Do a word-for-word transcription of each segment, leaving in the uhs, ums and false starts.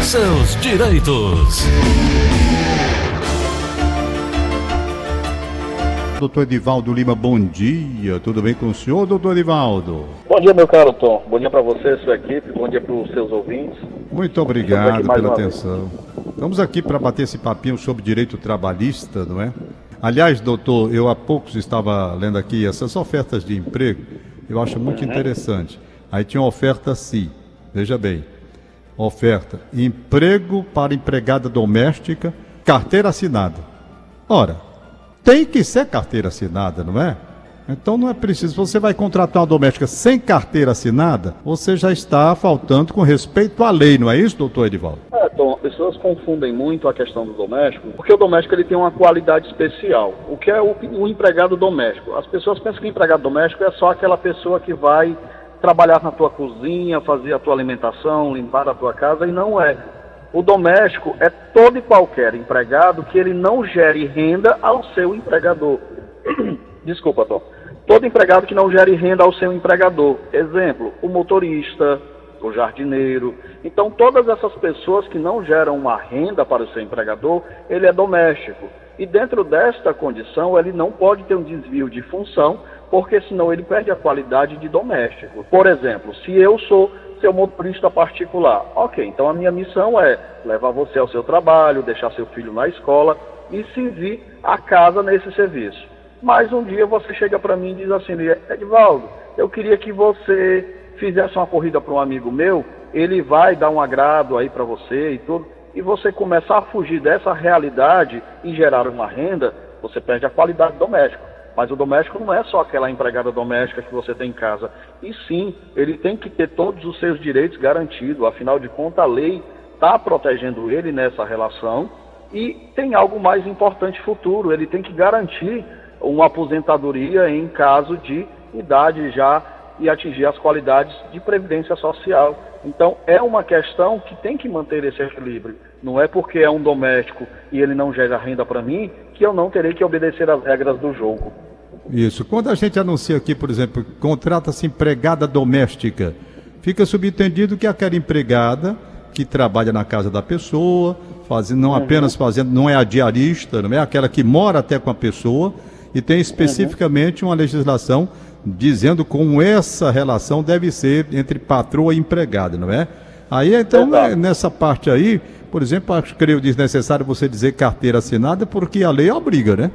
seus direitos. Doutor Edivaldo Lima, bom dia. Tudo bem com o senhor, doutor Edivaldo? Bom dia, meu caro Tom. Bom dia para você, sua equipe. Bom dia para os seus ouvintes. Muito obrigado pela atenção. Vez. Estamos aqui para bater esse papinho sobre direito trabalhista, não é? Aliás, doutor, eu há poucos estava lendo aqui essas ofertas de emprego. Eu acho muito uhum. interessante. Aí tinha uma oferta assim, veja bem. Oferta, emprego para empregada doméstica, carteira assinada. Ora, tem que ser carteira assinada, não é? Então não é preciso. Você vai contratar uma doméstica sem carteira assinada, você já está faltando com respeito à lei, não é isso, doutor Edivaldo? É, Tom, as pessoas confundem muito a questão do doméstico, porque o doméstico ele tem uma qualidade especial. O que é o, o empregado doméstico? As pessoas pensam que o empregado doméstico é só aquela pessoa que vai trabalhar na tua cozinha, fazer a tua alimentação, limpar a tua casa, e não é. O doméstico é todo e qualquer empregado que ele não gere renda ao seu empregador. Desculpa, Tom. Todo empregado que não gere renda ao seu empregador. Exemplo, o motorista, o jardineiro. Então, todas essas pessoas que não geram uma renda para o seu empregador, ele é doméstico. E dentro desta condição, ele não pode ter um desvio de função, porque senão ele perde a qualidade de doméstico. Por exemplo, se eu sou seu motorista particular, ok, então a minha missão é levar você ao seu trabalho, deixar seu filho na escola e servir a casa nesse serviço. Mas um dia você chega para mim e diz assim, Edivaldo, eu queria que você fizesse uma corrida para um amigo meu, ele vai dar um agrado aí para você e tudo, e você começar a fugir dessa realidade e gerar uma renda, você perde a qualidade doméstica. Mas o doméstico não é só aquela empregada doméstica que você tem em casa. E sim, ele tem que ter todos os seus direitos garantidos. Afinal de contas, a lei está protegendo ele nessa relação. E tem algo mais importante futuro. Ele tem que garantir uma aposentadoria em caso de idade já e atingir as qualidades de previdência social. Então, é uma questão que tem que manter esse equilíbrio. Não é porque é um doméstico e ele não gera renda para mim que eu não terei que obedecer às regras do jogo. Isso. Quando a gente anuncia aqui, por exemplo, contrata-se empregada doméstica, fica subentendido que aquela empregada que trabalha na casa da pessoa, fazendo, não uhum. apenas fazendo, não é a diarista, não é aquela que mora até com a pessoa, e tem especificamente uhum. uma legislação dizendo como essa relação deve ser entre patroa e empregada, não é? Aí, então, é, nessa parte aí, por exemplo, acho que creio desnecessário você dizer carteira assinada, porque a lei obriga, né?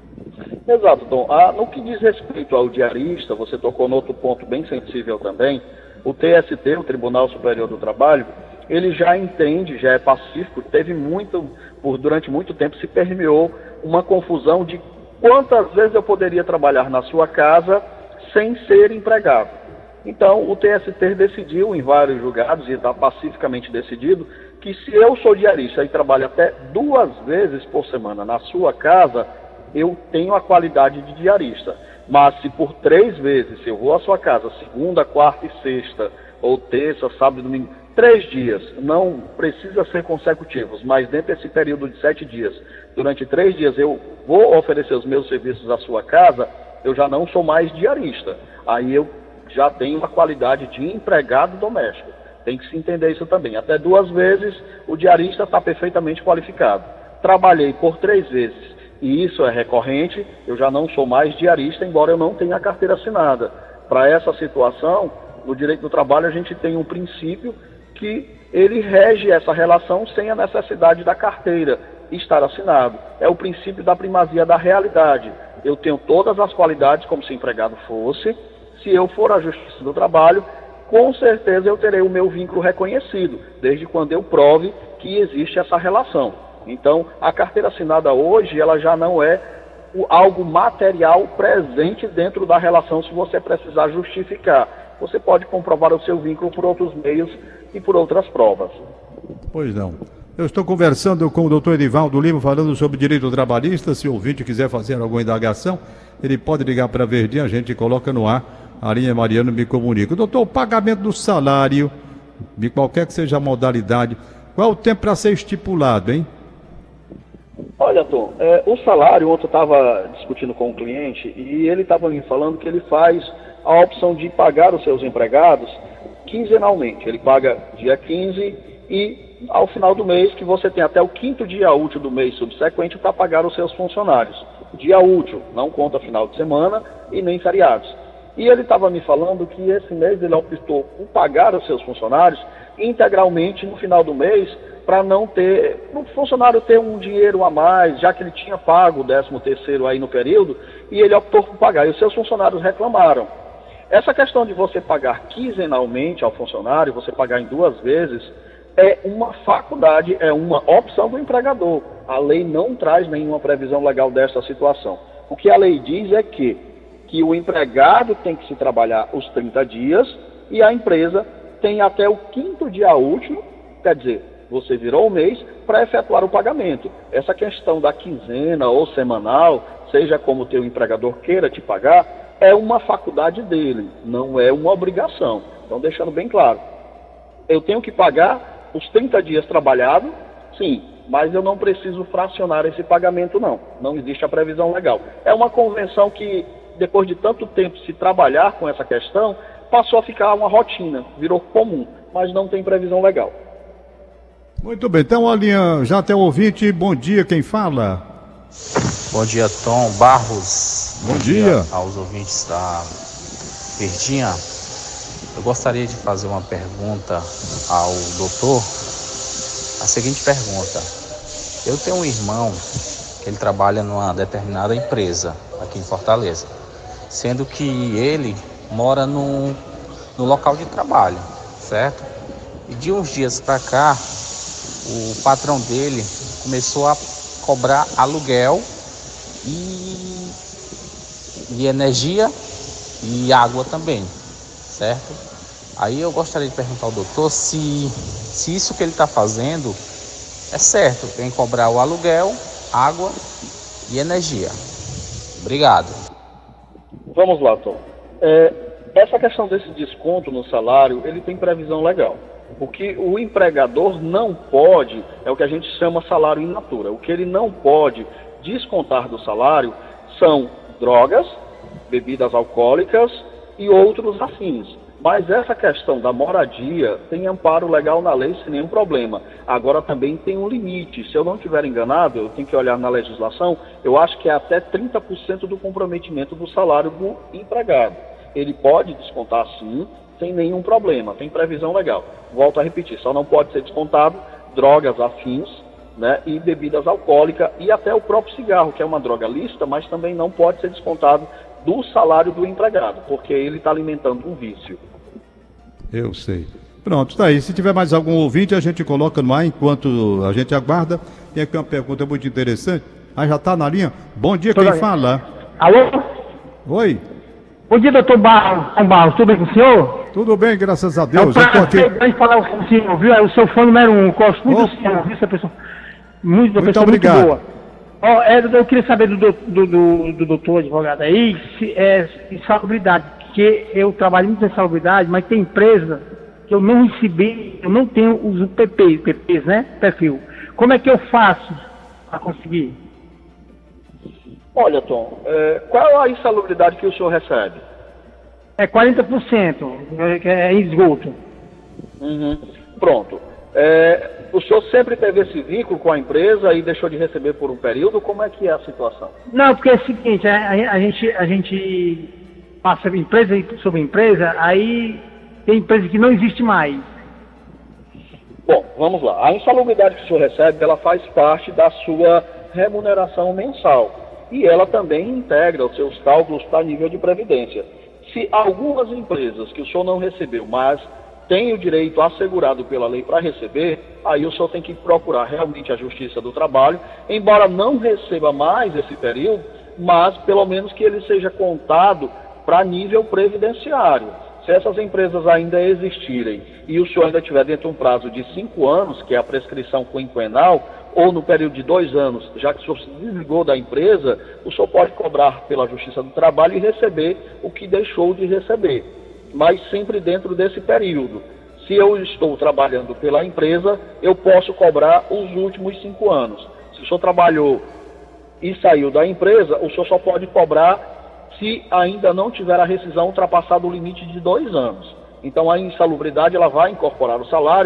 Exato, Tom. Ah, no que diz respeito ao diarista, você tocou no outro ponto bem sensível também, o T S T, o Tribunal Superior do Trabalho, ele já entende, já é pacífico, teve muito, por, durante muito tempo se permeou uma confusão de quantas vezes eu poderia trabalhar na sua casa sem ser empregado. Então, o T S T decidiu em vários julgados, e está pacificamente decidido, que se eu sou diarista e trabalho até duas vezes por semana na sua casa, eu tenho a qualidade de diarista. Mas se por três vezes, se eu vou à sua casa, segunda, quarta e sexta, ou terça, sábado e domingo, três dias, não precisa ser consecutivos, mas dentro desse período de sete dias, durante três dias eu vou oferecer os meus serviços à sua casa, eu já não sou mais diarista. Aí eu já tenho a qualidade de empregado doméstico. Tem que se entender isso também. Até duas vezes o diarista está perfeitamente qualificado. Trabalhei por três vezes e isso é recorrente, eu já não sou mais diarista, embora eu não tenha a carteira assinada. Para essa situação, no direito do trabalho a gente tem um princípio que ele rege essa relação sem a necessidade da carteira estar assinado. É o princípio da primazia da realidade. Eu tenho todas as qualidades como se empregado fosse. Se eu for à Justiça do Trabalho, com certeza eu terei o meu vínculo reconhecido, desde quando eu prove que existe essa relação. Então, a carteira assinada hoje, ela já não é o, algo material presente dentro da relação se você precisar justificar. Você pode comprovar o seu vínculo por outros meios e por outras provas. Pois não. Eu estou conversando com o doutor Edivaldo Lima, falando sobre direito trabalhista. Se o ouvinte quiser fazer alguma indagação, ele pode ligar para a Verdinha, a gente coloca no ar. A linha Mariano me comunica. Doutor, o pagamento do salário, de qualquer que seja a modalidade, qual é o tempo para ser estipulado, hein? Olha, Tom, é, o salário, ontem eu estava discutindo com o cliente e ele estava me falando que ele faz a opção de pagar os seus empregados quinzenalmente. Ele paga dia quinze e ao final do mês, que você tem até o quinto dia útil do mês subsequente para pagar os seus funcionários. Dia útil, não conta final de semana e nem feriados. E ele estava me falando que esse mês ele optou por pagar os seus funcionários integralmente no final do mês, para não ter, para o funcionário ter um dinheiro a mais, já que ele tinha pago o décimo terceiro aí no período, e ele optou por pagar, e os seus funcionários reclamaram. Essa questão de você pagar quinzenalmente ao funcionário, você pagar em duas vezes, é uma faculdade, é uma opção do empregador. A lei não traz nenhuma previsão legal dessa situação. O que a lei diz é que, que o empregado tem que se trabalhar os trinta dias e a empresa tem até o quinto dia útil, quer dizer, você virou o mês, para efetuar o pagamento. Essa questão da quinzena ou semanal, seja como o teu empregador queira te pagar, é uma faculdade dele, não é uma obrigação. Então, deixando bem claro, eu tenho que pagar os trinta dias trabalhados, sim, mas eu não preciso fracionar esse pagamento, não. Não existe a previsão legal. É uma convenção que, depois de tanto tempo se trabalhar com essa questão, passou a ficar uma rotina, virou comum, mas não tem previsão legal. Muito bem, então, olha, já tem um ouvinte, bom dia, quem fala? Bom dia, Tom Barros. Bom, bom dia. dia aos ouvintes da Verdinha. Eu gostaria de fazer uma pergunta ao doutor, a seguinte pergunta. Eu tenho um irmão que ele trabalha numa determinada empresa aqui em Fortaleza, sendo que ele mora no, no local de trabalho, certo? E de uns dias para cá, o patrão dele começou a cobrar aluguel e, e energia e água também, certo? Aí eu gostaria de perguntar ao doutor se, se isso que ele está fazendo é certo, tem que cobrar o aluguel, água e energia. Obrigado. Vamos lá, Tom. É, essa questão desse desconto no salário, ele tem previsão legal. O que o empregador não pode, é o que a gente chama salário in natura. O que ele não pode descontar do salário são drogas, bebidas alcoólicas e outros afins. Mas essa questão da moradia tem amparo legal na lei sem nenhum problema. Agora também tem um limite. Se eu não estiver enganado, eu tenho que olhar na legislação, eu acho que é até trinta por cento do comprometimento do salário do empregado. Ele pode descontar sim, sem nenhum problema, tem previsão legal. Volto a repetir, só não pode ser descontado drogas afins, né, e bebidas alcoólicas e até o próprio cigarro, que é uma droga lícita, mas também não pode ser descontado do salário do empregado, porque ele está alimentando um vício. Eu sei. Pronto, está aí. Se tiver mais algum ouvinte, a gente coloca no ar enquanto a gente aguarda. Tem aqui uma pergunta muito interessante. Ah, já está na linha? Bom dia, quem fala? Alô? Oi. Bom dia, doutor Barros. Barros, tudo bem com o senhor? Tudo bem, graças a Deus. É um prazer aqui... falar com o senhor, viu? É o seu fã número um. Gosto muito Opa. do senhor, viu? Essa pessoa, muito, uma muito pessoa obrigado. muito boa. Oh, é, eu queria saber do, do, do, do doutor advogado aí, se é insalubridade, porque eu trabalho muito em insalubridade, mas tem empresa que eu não recebi, eu não tenho os P P, P Ps, né? Perfil. Como é que eu faço para conseguir? Olha, Tom, é, qual é a insalubridade que o senhor recebe? É quarenta por cento, é esgoto. Uhum. Pronto. É, o senhor sempre teve esse vínculo com a empresa e deixou de receber por um período? Como é que é a situação? Não, porque é o seguinte, a, a, gente, a gente passa empresa sobre empresa, aí tem empresa que não existe mais. Bom, vamos lá. A insalubridade que o senhor recebe, ela faz parte da sua remuneração mensal. E ela também integra os seus cálculos para nível de previdência. Se algumas empresas que o senhor não recebeu, mas tem o direito assegurado pela lei para receber, aí o senhor tem que procurar realmente a Justiça do Trabalho, embora não receba mais esse período, mas pelo menos que ele seja contado para nível previdenciário. Se essas empresas ainda existirem e o senhor ainda tiver dentro de um prazo de cinco anos, que é a prescrição quinquenal, ou no período de dois anos, já que o senhor se desligou da empresa, o senhor pode cobrar pela Justiça do Trabalho e receber o que deixou de receber, mas sempre dentro desse período. Se eu estou trabalhando pela empresa, eu posso cobrar os últimos cinco anos. Se o senhor trabalhou e saiu da empresa, o senhor só pode cobrar se ainda não tiver a rescisão ultrapassado o limite de dois anos. Então a insalubridade ela vai incorporar o salário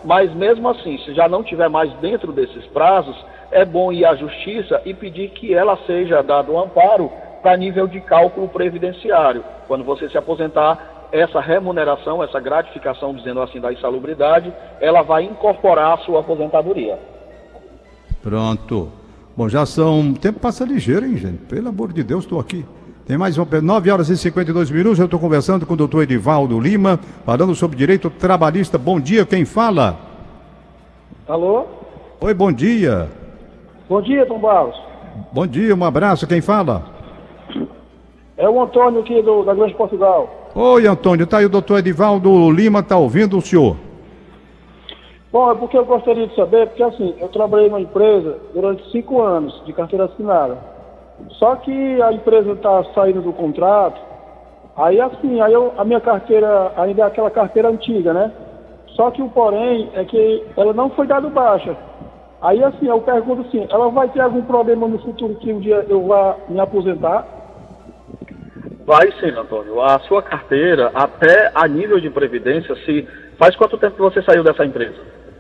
Mas mesmo assim, se já não tiver mais dentro desses prazos, é bom ir à justiça e pedir que ela seja dado um amparo para nível de cálculo previdenciário. Quando você se aposentar, essa remuneração, essa gratificação, dizendo assim, da insalubridade, ela vai incorporar a sua aposentadoria. Pronto. Bom, já são... O tempo passa ligeiro, hein, gente? Pelo amor de Deus, estou aqui. Tem mais uma... nove horas e cinquenta e dois minutos, eu estou conversando com o doutor Edivaldo Lima, falando sobre direito trabalhista. Bom dia, quem fala? Alô? Oi, bom dia. Bom dia, Tom Barros. Bom dia, um abraço, quem fala? É o Antônio aqui do, da Grande Portugal. Oi, Antônio, tá aí o doutor Edivaldo Lima, tá ouvindo o senhor? Bom, é porque eu gostaria de saber, porque assim, eu trabalhei numa empresa durante cinco anos, de carteira assinada. Só que a empresa está saindo do contrato, aí assim, aí eu, a minha carteira ainda é aquela carteira antiga, né? Só que o porém é que ela não foi dada baixa. Aí assim, eu pergunto assim, ela vai ter algum problema no futuro que um dia eu vá me aposentar? Vai sim, Antônio. A sua carteira, até a nível de previdência, se faz quanto tempo que você saiu dessa empresa?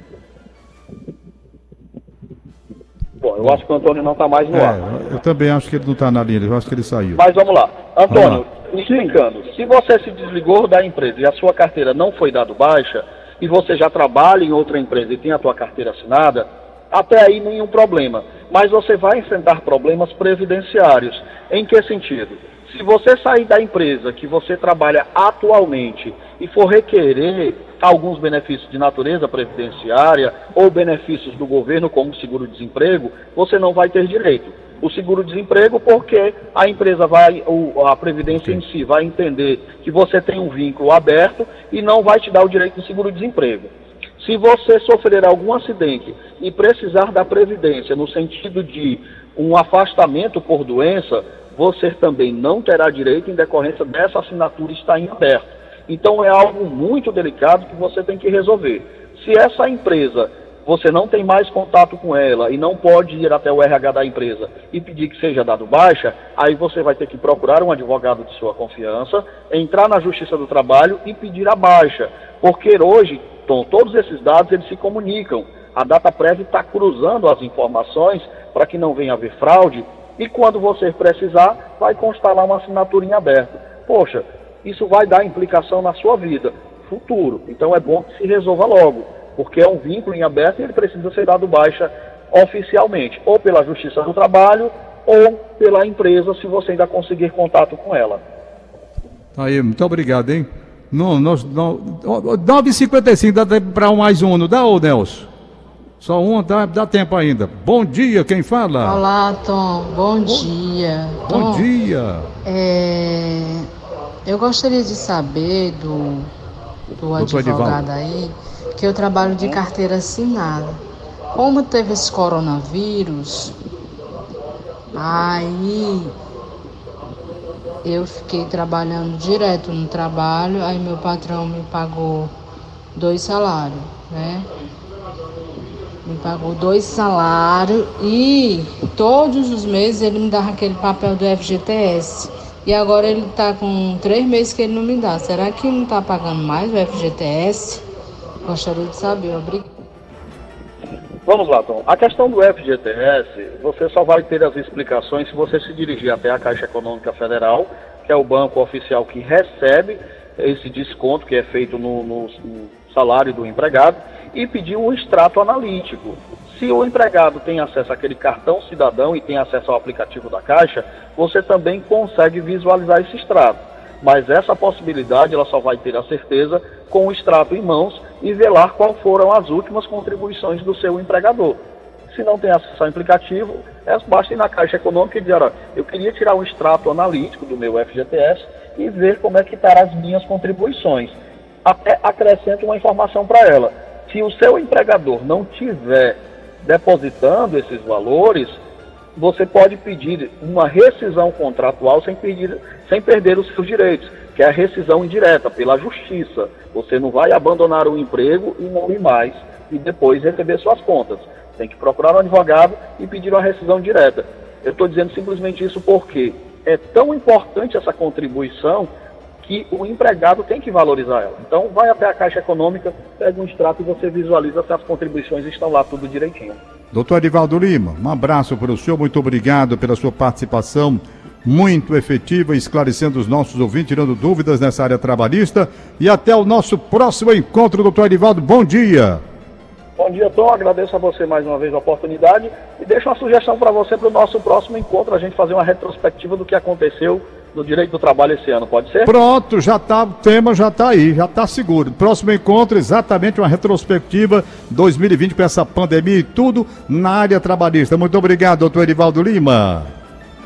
Bom, eu acho que o Antônio não está mais no é, ar. Eu também acho que ele não está na linha, eu acho que ele saiu. Mas vamos lá. Antônio, me explicando, se você se desligou da empresa e a sua carteira não foi dado baixa, e você já trabalha em outra empresa e tem a tua carteira assinada, até aí nenhum problema. Mas você vai enfrentar problemas previdenciários. Em que sentido? Se você sair da empresa que você trabalha atualmente e for requerer alguns benefícios de natureza previdenciária ou benefícios do governo como seguro-desemprego, você não vai ter direito. O seguro-desemprego porque a empresa vai, ou a Previdência em si vai entender que você tem um vínculo aberto e não vai te dar o direito de seguro-desemprego. Se você sofrer algum acidente e precisar da Previdência no sentido de um afastamento por doença, você também não terá direito em decorrência dessa assinatura estar em aberto. Então é algo muito delicado que você tem que resolver. Se essa empresa, você não tem mais contato com ela e não pode ir até o R H da empresa e pedir que seja dado baixa, aí você vai ter que procurar um advogado de sua confiança, entrar na Justiça do Trabalho e pedir a baixa. Porque hoje, Tom, todos esses dados eles se comunicam. A Dataprev está cruzando as informações para que não venha haver fraude e quando você precisar, vai constar lá uma assinatura em aberto. Poxa, isso vai dar implicação na sua vida, futuro. Então é bom que se resolva logo, porque é um vínculo em aberto e ele precisa ser dado baixa oficialmente, ou pela Justiça do Trabalho, ou pela empresa, se você ainda conseguir contato com ela. Aí, muito obrigado, hein? Não, nós, não, nove e cinquenta e cinco, dá tempo para mais um, não dá, ô Nelson? Só um, dá, dá tempo ainda. Bom dia, quem fala? Olá, Tom. Bom, bom dia. Bom Tom, dia. É, eu gostaria de saber do, do advogado aí, que eu trabalho de carteira assinada. Como teve esse coronavírus, aí eu fiquei trabalhando direto no trabalho, aí meu patrão me pagou dois salários, né? Me pagou dois salários e todos os meses ele me dava aquele papel do F G T S. E agora ele está com três meses que ele não me dá. Será que não está pagando mais o F G T S? Gostaria de saber, obrigado. Vamos lá, Tom. A questão do F G T S, você só vai ter as explicações se você se dirigir até a Caixa Econômica Federal, que é o banco oficial que recebe esse desconto que é feito no, no, no salário do empregado, e pedir um extrato analítico. Se o empregado tem acesso àquele cartão cidadão e tem acesso ao aplicativo da Caixa, você também consegue visualizar esse extrato. Mas essa possibilidade ela só vai ter a certeza com o extrato em mãos e velar quais foram as últimas contribuições do seu empregador. Se não tem acesso ao aplicativo, é, basta ir na Caixa Econômica e dizer, olha, eu queria tirar um extrato analítico do meu F G T S e ver como é que estarão as minhas contribuições. Até acrescento uma informação para ela. Se o seu empregador não tiver depositando esses valores, você pode pedir uma rescisão contratual sem, pedir, sem perder os seus direitos, que é a rescisão indireta, pela justiça. Você não vai abandonar o emprego e não ir mais e depois receber suas contas. Tem que procurar um advogado e pedir uma rescisão direta. Eu estou dizendo simplesmente isso porque é tão importante essa contribuição que o empregado tem que valorizar ela. Então, vai até a Caixa Econômica, pega um extrato e você visualiza se as contribuições estão lá tudo direitinho. Doutor Edivaldo Lima, um abraço para o senhor, muito obrigado pela sua participação muito efetiva, esclarecendo os nossos ouvintes, tirando dúvidas nessa área trabalhista. E até o nosso próximo encontro, doutor Edivaldo. Bom dia. Bom dia, Tom. Agradeço a você mais uma vez a oportunidade e deixo uma sugestão para você para o nosso próximo encontro, a gente fazer uma retrospectiva do que aconteceu no direito do trabalho esse ano, pode ser? Pronto, já tá, o tema já está aí, já está seguro. Próximo encontro, exatamente uma retrospectiva dois mil e vinte com essa pandemia e tudo na área trabalhista. Muito obrigado, doutor Edivaldo Lima.